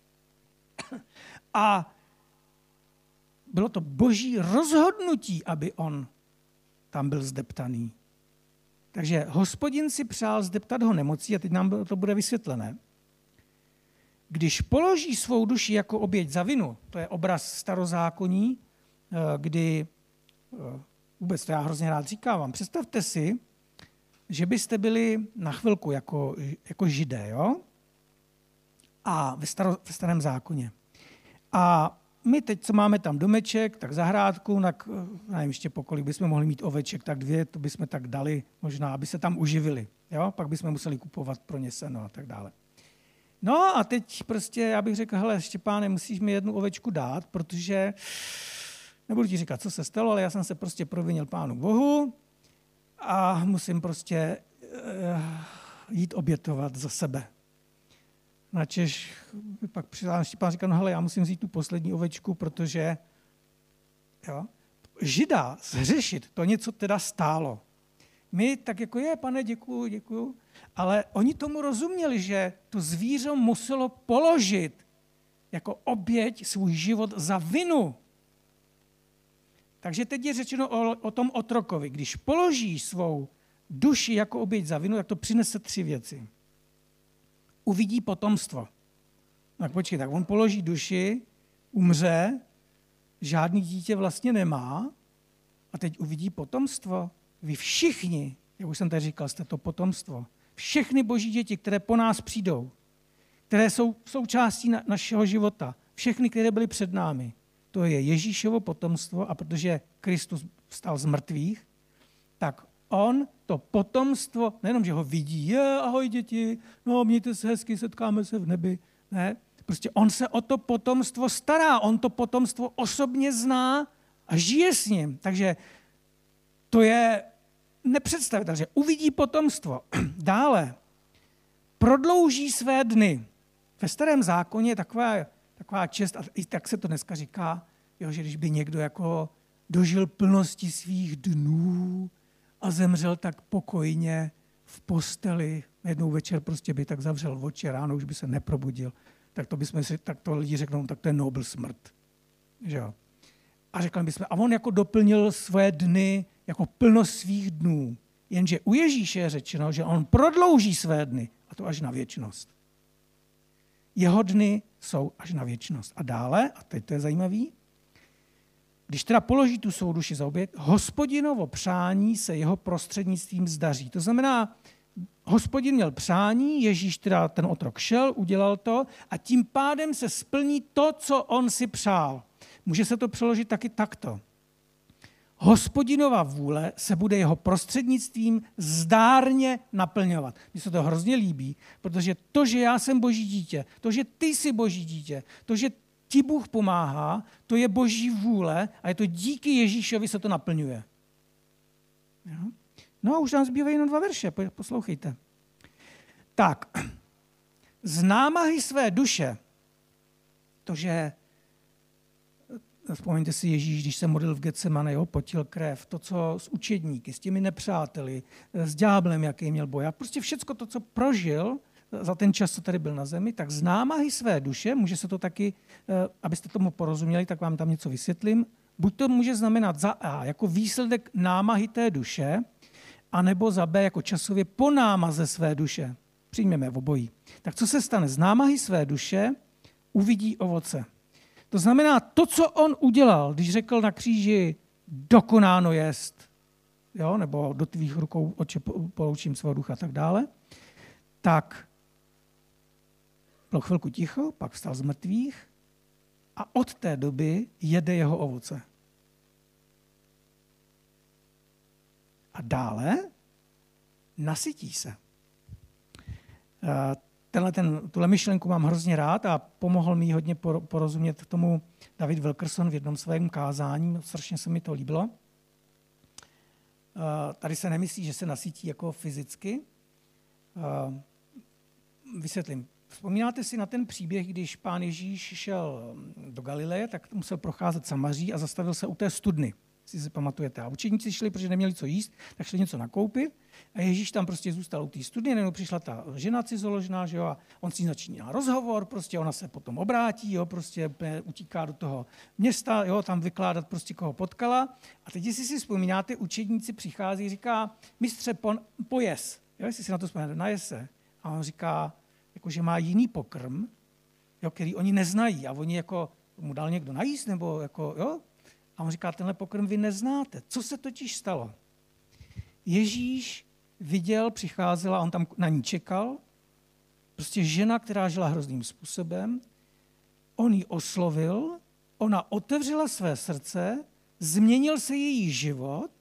A bylo to boží rozhodnutí, aby on tam byl zdeptaný. Takže Hospodin si přál zdeptat ho nemocí, a teď nám to bude vysvětlené. Když položí svou duši jako oběť za vinu, to je obraz starozákonní, kdy, vůbec to já hrozně rád říkávám, představte si, že byste byli na chvilku jako, jako židé, jo? A ve, staro, ve starém zákoně. A my teď, co máme tam domeček, tak zahrádku, tak nevím ještě po kolik bychom mohli mít oveček, tak dvě, to bychom tak dali možná, aby se tam uživili. Jo? Pak bychom museli kupovat pro ně seno a tak dále. No a teď prostě já bych řekl, hele Štěpáne, musíš mi jednu ovečku dát, protože, nebudu ti říkat, co se stalo, ale já jsem se prostě provinil Pánu Bohu a musím prostě uh, jít obětovat za sebe. Načež pak přišel Štěpán říkal, no hele, já musím vzít tu poslední ovečku, protože jo, Žida zhřešit, to něco teda stálo. My tak jako je, pane, děkuju, děkuju, ale oni tomu rozuměli, že to zvíře muselo položit jako oběť svůj život za vinu. Takže teď je řečeno o, o tom otrokovi. Když položí svou duši jako oběť za vinu, tak to přinese tři věci. Uvidí potomstvo. Tak počkej, tak on položí duši, umře, žádný dítě vlastně nemá a teď uvidí potomstvo. Vy všichni, jak už jsem tady říkal, jste to potomstvo. Všechny boží děti, které po nás přijdou, které jsou součástí na, našeho života, všechny, které byly před námi, to je Ježíšovo potomstvo a protože Kristus vstal z mrtvých, tak on to potomstvo, nejenom, že ho vidí, je, ahoj děti, no mějte se hezky, setkáme se v nebi, ne, prostě on se o to potomstvo stará, on to potomstvo osobně zná a žije s ním, takže to je nepředstavitelné, že uvidí potomstvo. Dále prodlouží své dny. Ve starém zákoně je taková, taková čest, a i tak se to dneska říká, jo, že když by někdo jako dožil plnosti svých dnů a zemřel tak pokojně v posteli, jednou večer prostě by tak zavřel oči, ráno už by se neprobudil, tak to, bychom si, tak to lidi řeknou, tak to je nobl smrt. Že jo? A řekli bychom, a on jako doplnil svoje dny, jako plnost svých dnů. Jenže u Ježíše je řečeno, že on prodlouží své dny, a to až na věčnost. Jeho dny jsou až na věčnost. A dále, a teď to je zajímavý, když teda položí tu svou duši za oběť, Hospodinovo přání se jeho prostřednictvím zdaří. To znamená, Hospodin měl přání, Ježíš teda ten otrok šel, udělal to a tím pádem se splní to, co on si přál. Může se to přeložit taky takto. Hospodinova vůle se bude jeho prostřednictvím zdárně naplňovat. Mně se to hrozně líbí, protože to, že já jsem Boží dítě, to, že ty jsi Boží dítě, to, že ti Bůh pomáhá, to je Boží vůle a je to díky Ježíšovi se to naplňuje. Jo? No a už nám zbývají jenom dva verše, poslouchejte. Tak, z námahy své duše, to, že vzpomeňte si Ježíš, když se modlil v Getsemane, jo, potil krev, to, co s učedníky, s těmi nepřáteli, s ďáblem, jaký měl boj. A prostě všecko to, co prožil za ten čas, co tady byl na zemi, tak z námahy své duše, může se to taky, abyste tomu porozuměli, tak vám tam něco vysvětlím, buď to může znamenat za A, jako výsledek námahy té duše, anebo za B, jako časově po námaze své duše. Přijměme obojí. Tak co se stane? Z námahy své duše uvidí ovoce. To znamená, to, co on udělal, když řekl na kříži dokonáno jest, jo, nebo do tvých rukou oče poloučím svého ducha a tak dále, tak bylo chvilku ticho, pak vstal z mrtvých a od té doby jede jeho ovoce. A dále nasytí se. Tenhle ten, tuhle myšlenku mám hrozně rád a pomohl mi hodně porozumět tomu David Wilkerson v jednom svém kázání. Strašně se mi to líbilo. Tady se nemyslí, že se nasytí jako fyzicky. Vysvětlím. Vzpomínáte si na ten příběh, když pán Ježíš šel do Galileje, tak musel procházet Samaří a zastavil se u té studny. Si si pamatujete. A učeníci šli, protože neměli co jíst, tak šli něco nakoupit. A Ježíš tam prostě zůstal u té studny, nebo přišla ta žena cizoložná, že jo, a on si začíná rozhovor, prostě ona se potom obrátí, jo, prostě utíká do toho města, jo, tam vykládat prostě koho potkala. A teď, jestli si vzpomínáte, učedníci přichází, říká, mistře, pon, pojes, jo, jestli si na to vzpomínáte, najes se. A on říká, jako, že má jiný pokrm, jo, který oni neznají a oni jako mu dal někdo najíst, nebo jako, jo. A on říká, tenhle pokrm vy neznáte. Co se totiž stalo? Ježíš viděl, přicházela, on tam na ní čekal, prostě žena, která žila hrozným způsobem, on ji oslovil, ona otevřela své srdce, změnil se její život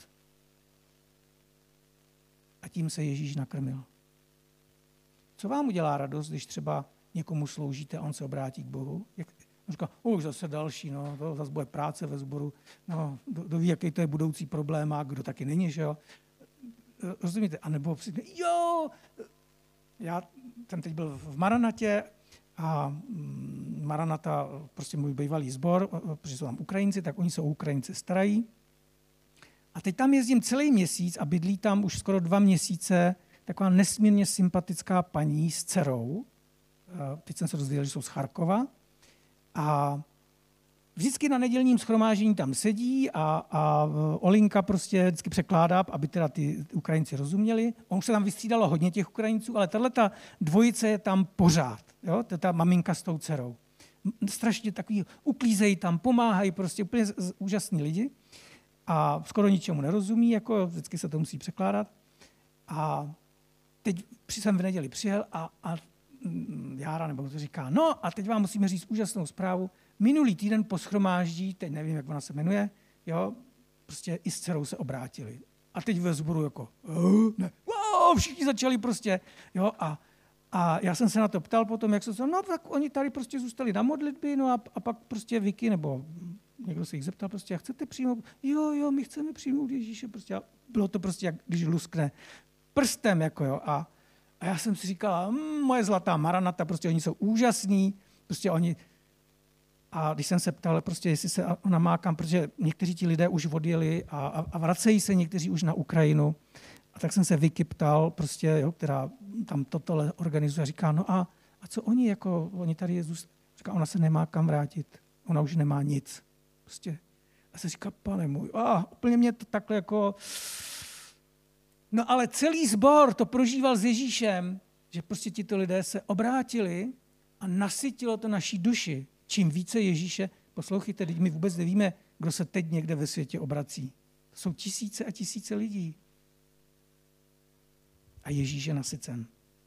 a tím se Ježíš nakrmil. Co vám udělá radost, když třeba někomu sloužíte a on se obrátí k Bohu? Jak, on říká, už zase další, no, to zase bude práce ve sboru, no, kdo ví, jaký to je budoucí problém a kdo taky není, že jo? Rozumíte? A nebo přijde, jo, já jsem teď byl v Maranatě a Maranata, prostě můj bývalý sbor, protože jsou tam Ukrajinci, tak oni se o Ukrajince starají. A teď tam jezdím celý měsíc a bydlí tam už skoro dva měsíce taková nesmírně sympatická paní s dcerou. Teď jsem se dozvěděl, že jsou z Charkova. A vždycky na nedělním shromáždění tam sedí a, a Olinka prostě vždycky překládá, aby teda ty Ukrajinci rozuměli. On se tam vystřídalo hodně těch Ukrajinců, ale tato dvojice je tam pořád. Jo? To je ta maminka s tou dcerou. Strašně takový, uklízejí tam, pomáhají, prostě úplně úžasní lidi. A skoro ničemu nerozumí, jako vždycky se to musí překládat. A teď jsem v neděli přijel a, a Jára nebo to říká, no a teď vám musíme říct úžasnou zprávu. Minulý týden po shromáždí, teď nevím, jak ona se jmenuje, jo, prostě i s dcerou se obrátili. A teď ve sboru jako, ne, wow, všichni začali prostě, jo, a, a já jsem se na to ptal potom, jak se to, no tak oni tady prostě zůstali na modlitbě, no a, a pak prostě Vicky, nebo někdo se jich zeptal prostě, a chcete přijmout? Jo, jo, my chceme přijmout Ježíše, prostě a bylo to prostě, jak když luskne prstem, jako jo, a A já jsem si říkala, mmm, moje zlatá Maranata, prostě oni jsou úžasní, prostě oni... A když jsem se ptal, prostě jestli se ona má kam, protože někteří ti lidé už odjeli a, a, a vracejí se někteří už na Ukrajinu. A tak jsem se Vicky ptal, prostě, jo, která tam toto organizuje, říká, no a, a co oni, jako, oni tady je zůst... Říká, ona se nemá kam vrátit, ona už nemá nic. Prostě. A A se říká, pane můj, ah, úplně mě to takhle jako... No ale celý sbor to prožíval s Ježíšem, že prostě tito lidé se obrátili a nasytilo to naší duši. Čím více Ježíše, poslouchejte, teď my vůbec nevíme, kdo se teď někde ve světě obrací. To jsou tisíce a tisíce lidí. A Ježíš je nasycen.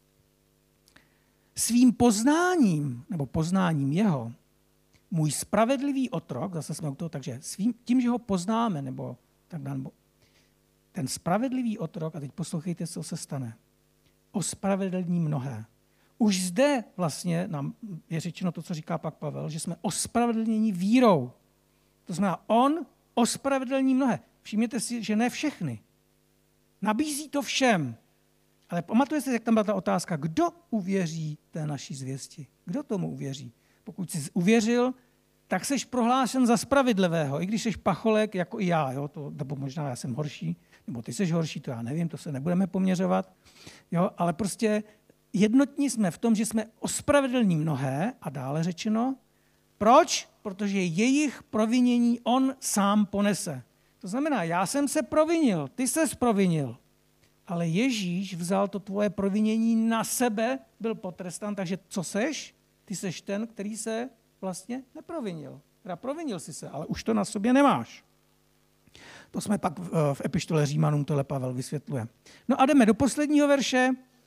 Svým poznáním, nebo poznáním jeho, můj spravedlivý otrok, zase jsme u toho, takže svým, tím, že ho poznáme, nebo tak dále, ten spravedlivý otrok, a teď poslouchejte, co se stane, ospravedlní mnohé. Už zde vlastně nám je řečeno to, co říká pak Pavel, že jsme ospravedlněni vírou. To znamená, on ospravedlní mnohé. Všimněte si, že ne všechny. Nabízí to všem. Ale pamatujete si, jak tam byla ta otázka, kdo uvěří té naší zvěsti? Kdo tomu uvěří? Pokud jsi uvěřil, tak seš prohlášen za spravedlivého, i když seš pacholek, jako i já, jo? To, nebo možná já jsem horší, nebo ty seš horší, to já nevím, to se nebudeme poměřovat, jo? Ale prostě jednotní jsme v tom, že jsme ospravedlní mnohé a dále řečeno, proč? Protože jejich provinění on sám ponese. To znamená, já jsem se provinil, ty ses provinil, ale Ježíš vzal to tvoje provinění na sebe, byl potrestán, takže co seš? Ty seš ten, který se vlastně neprovinil. Teda provinil jsi se, ale už to na sobě nemáš. To jsme pak v epištole Římanům, tohle Pavel vysvětluje. No a jdeme do posledního verše.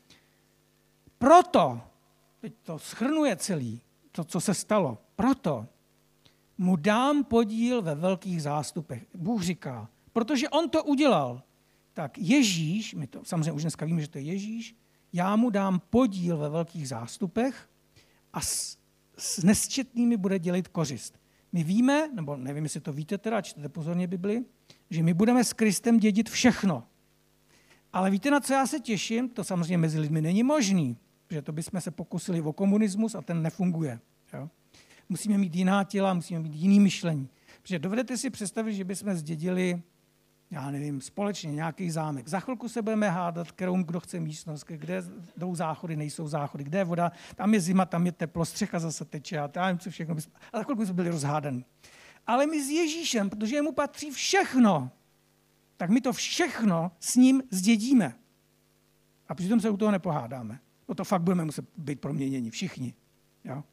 Proto, teď to shrnuje celý, to, co se stalo, proto mu dám podíl ve velkých zástupech. Bůh říká, protože on to udělal, tak Ježíš, my to samozřejmě už dneska víme, že to je Ježíš, já mu dám podíl ve velkých zástupech a s, s nesčetnými bude dělit kořist. My víme, nebo nevím, jestli to víte teda, čtete pozorně Bibli, že my budeme s Kristem dědit všechno. Ale víte, na co já se těším? To samozřejmě mezi lidmi není možný, protože to bychom se pokusili o komunismus a ten nefunguje. Jo? Musíme mít jiná těla, musíme mít jiný myšlení. Protože dovedete si představit, že bychom zdědili, já nevím, společně nějaký zámek. Za chvilku se budeme hádat, kterou kdo chce místnost, kde jdou záchody, nejsou záchody, kde je voda, tam je zima, tam je teplo, střecha zase teče a já nevím, co všechno. A za chvilku jsme byli rozhádaní. Ale my s Ježíšem, protože jemu patří všechno, tak my to všechno s ním zdědíme. A přitom se u toho nepohádáme. No to fakt budeme muset být proměněni všichni. Jo?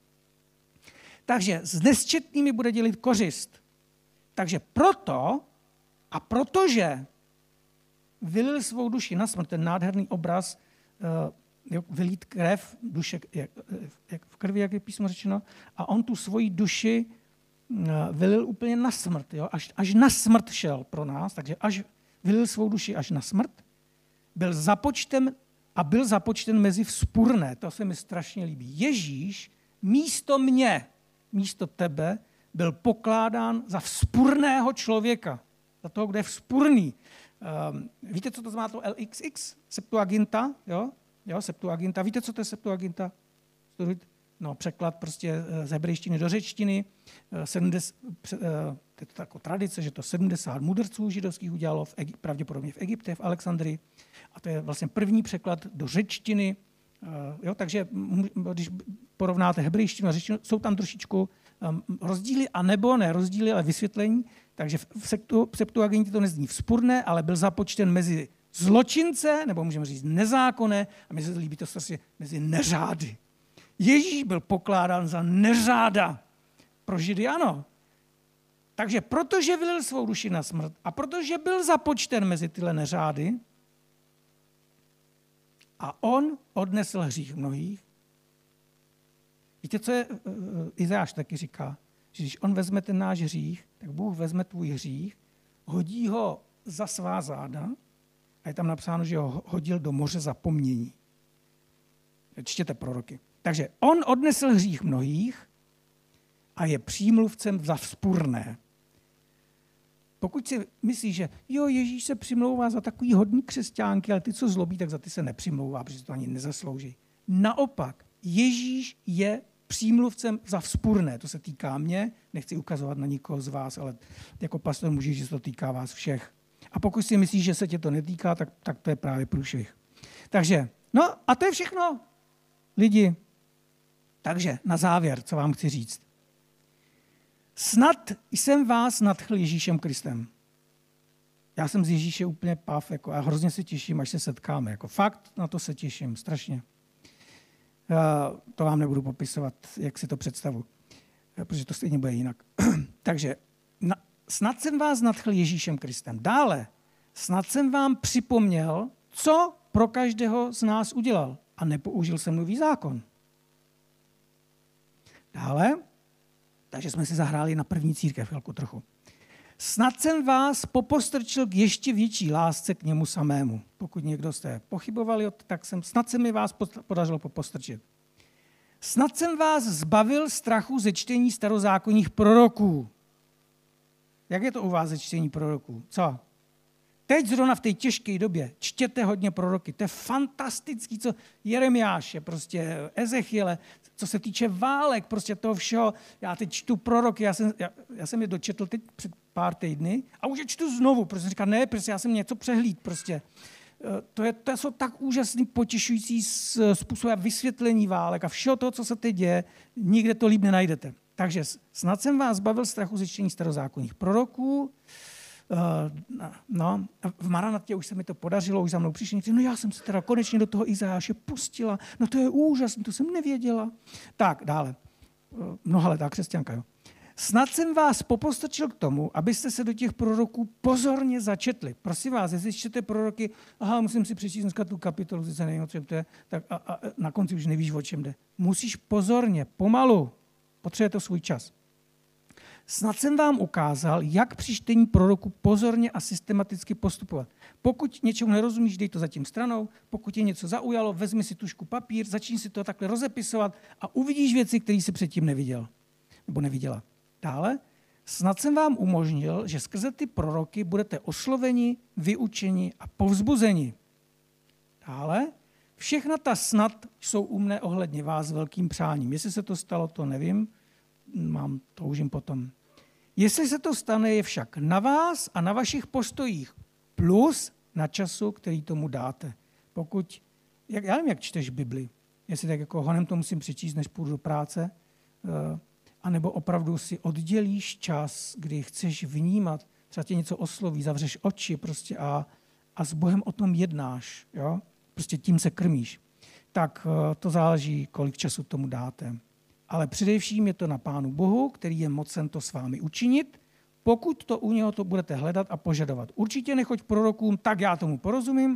Takže s nesčetnými bude dělit kořist. Takže proto a protože vylil svou duši na smrt, ten nádherný obraz, uh, vylít krev, duše, jak, jak v krvi, jak je písmo řečeno, a on tu svoji duši uh, vylil úplně na smrt. Jo? Až, až na smrt šel pro nás, takže až vylil svou duši až na smrt, byl započten a byl započten mezi vzpurné. To se mi strašně líbí. Ježíš místo mě, místo tebe, byl pokládán za vzpurného člověka. Za toho, kde je vzpurný. Um, víte, co to znamená to L X X? Septuaginta, jo? Jo, Septuaginta. Víte, co to je Septuaginta? No, překlad prostě z hebrejštiny do řečtiny. sedmdesát, je to taková tradice, že to sedmdesát mudrců židovských udělalo v Egy- pravděpodobně v Egyptě, v Alexandrii. A to je vlastně první překlad do řečtiny. Jo, takže když porovnáte hebrejštinu a řečtinu, jsou tam trošičku um, rozdíly, anebo ne rozdíly, ale vysvětlení. Takže v, v Septuagintě to nezní vzpurné, ale byl započten mezi zločince, nebo můžeme říct nezákonné, a mi se líbí to prostě mezi neřády. Ježíš byl pokládán za neřáda. Pro Židy ano. Takže protože vylil svou duši na smrt a protože byl započten mezi tyhle neřády a on odnesl hřích mnohých. Víte, co je Izajáš taky říká? Že když on vezme ten náš hřích, tak Bůh vezme tvůj hřích, hodí ho za svá záda a je tam napsáno, že ho hodil do moře zapomnění. Čtěte proroky. Takže on odnesl hřích mnohých a je přímluvcem za vzpurné. Pokud si myslíš, že jo, Ježíš se přimlouvá za takový hodný křesťánky, ale ty, co zlobí, tak za ty se nepřimlouvá, protože to ani nezaslouží. Naopak, Ježíš je přímluvcem za vzpurné. To se týká mě, nechci ukazovat na nikoho z vás, ale jako pastor můžu, že se to týká vás všech. A pokud si myslíš, že se tě to netýká, tak, tak to je právě průšvih. Takže, no a to je všechno, lidi. Takže na závěr, co vám chci říct. Snad jsem vás nadchl Ježíšem Kristem. Já jsem z Ježíše úplně pav, jako, a hrozně se těším, až se setkáme. Jako, fakt na to se těším, strašně. Uh, to vám nebudu popisovat, jak si to představu, protože to stejně bude jinak. Takže na, snad jsem vás nadchl Ježíšem Kristem. Dále, snad jsem vám připomněl, co pro každého z nás udělal a nepoužil jsem nový zákon. Dále, takže jsme si zahráli na první církev chvilku trochu. Snad jsem vás popostrčil k ještě větší lásce k němu samému. Pokud někdo jste pochybovali, tak jsem, snad se mi vás podařilo popostrčit. Snad jsem vás zbavil strachu ze čtení starozákonních proroků. Jak je to u vás ze čtení proroků? Co? Teď zrovna v té těžké době čtěte hodně proroky. To je fantastický, co Jeremiáše, prostě Ezechiele, co se týče válek, prostě toho všeho. Já teď čtu proroky, já jsem, já, já jsem je dočetl teď před pár týdny a už je čtu znovu, protože jsem říkal, ne, prostě já jsem něco přehlíd prostě. To, je, to jsou tak úžasný, potěšující způsoby vysvětlení válek a všeho toho, co se teď děje, nikde to líp nenajdete. Takže snad jsem vás zbavil strachu ze čtení starozákonních proroků. No, v Maranatě už se mi to podařilo, už za mnou přišli, no já jsem se teda konečně do toho Izajáše pustila, no to je úžasné, to jsem nevěděla. Tak, dále, mnohaletá křesťanka, jo. Snad jsem vás popostrčil k tomu, abyste se do těch proroků pozorně začetli. Prosím vás, jestli čtete proroky, aha, musím si přečíst dneska tu kapitolu, sice nevím, o čem to je, tak a, a na konci už nevíš, o čem jde. Musíš pozorně, pomalu, potřebuje to svůj čas. Snad jsem vám ukázal, jak při čtení proroku pozorně a systematicky postupovat. Pokud něčemu nerozumíš, dej to zatím stranou. Pokud tě něco zaujalo, vezmi si tužku papír, začni si to takhle rozepisovat a uvidíš věci, které jsi předtím neviděl nebo neviděla. Dále, snad jsem vám umožnil, že skrze ty proroky budete osloveni, vyučeni a povzbuzeni. Dále, všechna ta snad jsou u mne ohledně vás velkým přáním. Jestli se to stalo, to nevím, mám, toužím potom. Jestli se to stane, je však na vás a na vašich postojích, plus na času, který tomu dáte. Pokud, jak, já nevím, jak čteš Bibli, jestli tak jako honem to musím přečíst, než půjdu do práce, uh, anebo opravdu si oddělíš čas, kdy chceš vnímat, třeba tě něco osloví, zavřeš oči prostě a, a s Bohem o tom jednáš, jo? Prostě tím se krmíš. Tak uh, to záleží, kolik času tomu dáte. Ale především je to na Pánu Bohu, který je mocen to s vámi učinit, pokud to u něho to budete hledat a požadovat. Určitě nechoď prorokům, tak já tomu porozumím,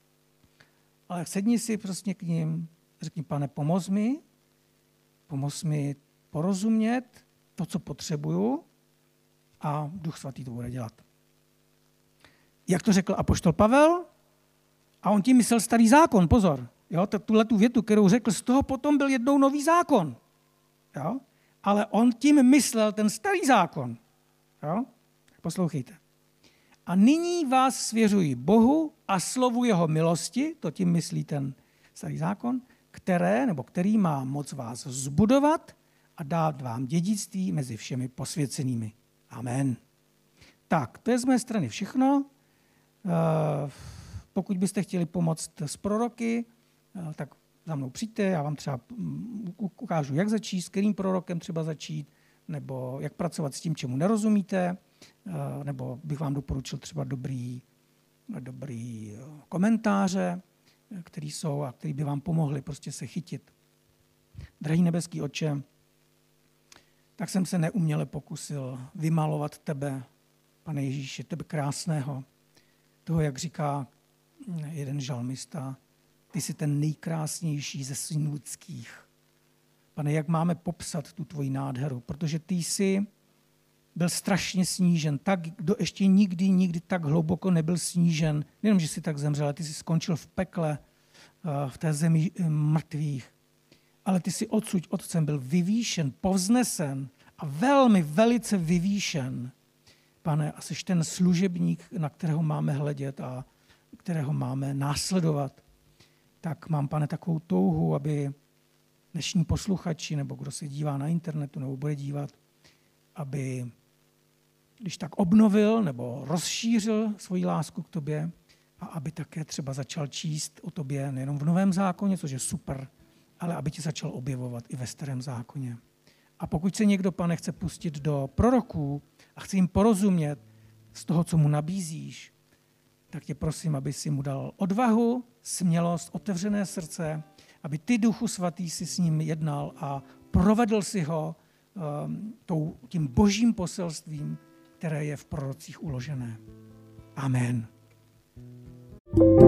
ale sedni si prostě k ním, řekni, Pane, pomoz mi, pomoz mi porozumět to, co potřebuju a Duch Svatý to bude dělat. Jak to řekl apoštol Pavel? A on tím myslel starý zákon, pozor. Jo, tuhle tu větu, kterou řekl, z toho potom byl jednou nový zákon. Jo? Ale on tím myslel ten starý zákon. Jo? Poslouchejte. A nyní vás svěřuji Bohu a slovu jeho milosti, to tím myslí ten starý zákon, které, nebo který má moc vás zbudovat a dát vám dědictví mezi všemi posvěcenými. Amen. Tak, to je z mé strany všechno. Pokud byste chtěli pomoct s proroky, tak za mnou přijďte, já vám třeba ukážu, jak začít, s kterým prorokem třeba začít, nebo jak pracovat s tím, čemu nerozumíte, nebo bych vám doporučil třeba dobrý, dobrý komentáře, který jsou a který by vám pomohli prostě se chytit. Drahý nebeský Otče, tak jsem se neuměle pokusil vymalovat tebe, Pane Ježíši, tebe krásného, toho, jak říká jeden žalmista, ty jsi ten nejkrásnější ze synů lidských. Pane, jak máme popsat tu tvoji nádheru? Protože ty jsi byl strašně snížen. Tak, kdo ještě nikdy, nikdy tak hluboko nebyl snížen. Nejenom, že jsi tak zemřel, ale ty jsi skončil v pekle, v té zemi mrtvých. Ale ty jsi odsud otcem byl vyvýšen, povznesen a velmi, velice vyvýšen. Pane, a jsi ten služebník, na kterého máme hledět a kterého máme následovat. Tak mám, Pane, takovou touhu, aby dnešní posluchači, nebo kdo se dívá na internetu, nebo bude dívat, aby, když tak obnovil nebo rozšířil svoji lásku k tobě a aby také třeba začal číst o tobě nejenom v Novém zákoně, což je super, ale aby tě začal objevovat i ve Starém zákoně. A pokud se někdo, Pane, chce pustit do proroků a chce jim porozumět z toho, co mu nabízíš, tak tě prosím, aby si mu dal odvahu, smělost, otevřené srdce, aby ty, Duchu Svatý, si s ním jednal a provedl si ho um, tou, tím božím poselstvím, které je v prorocích uložené. Amen.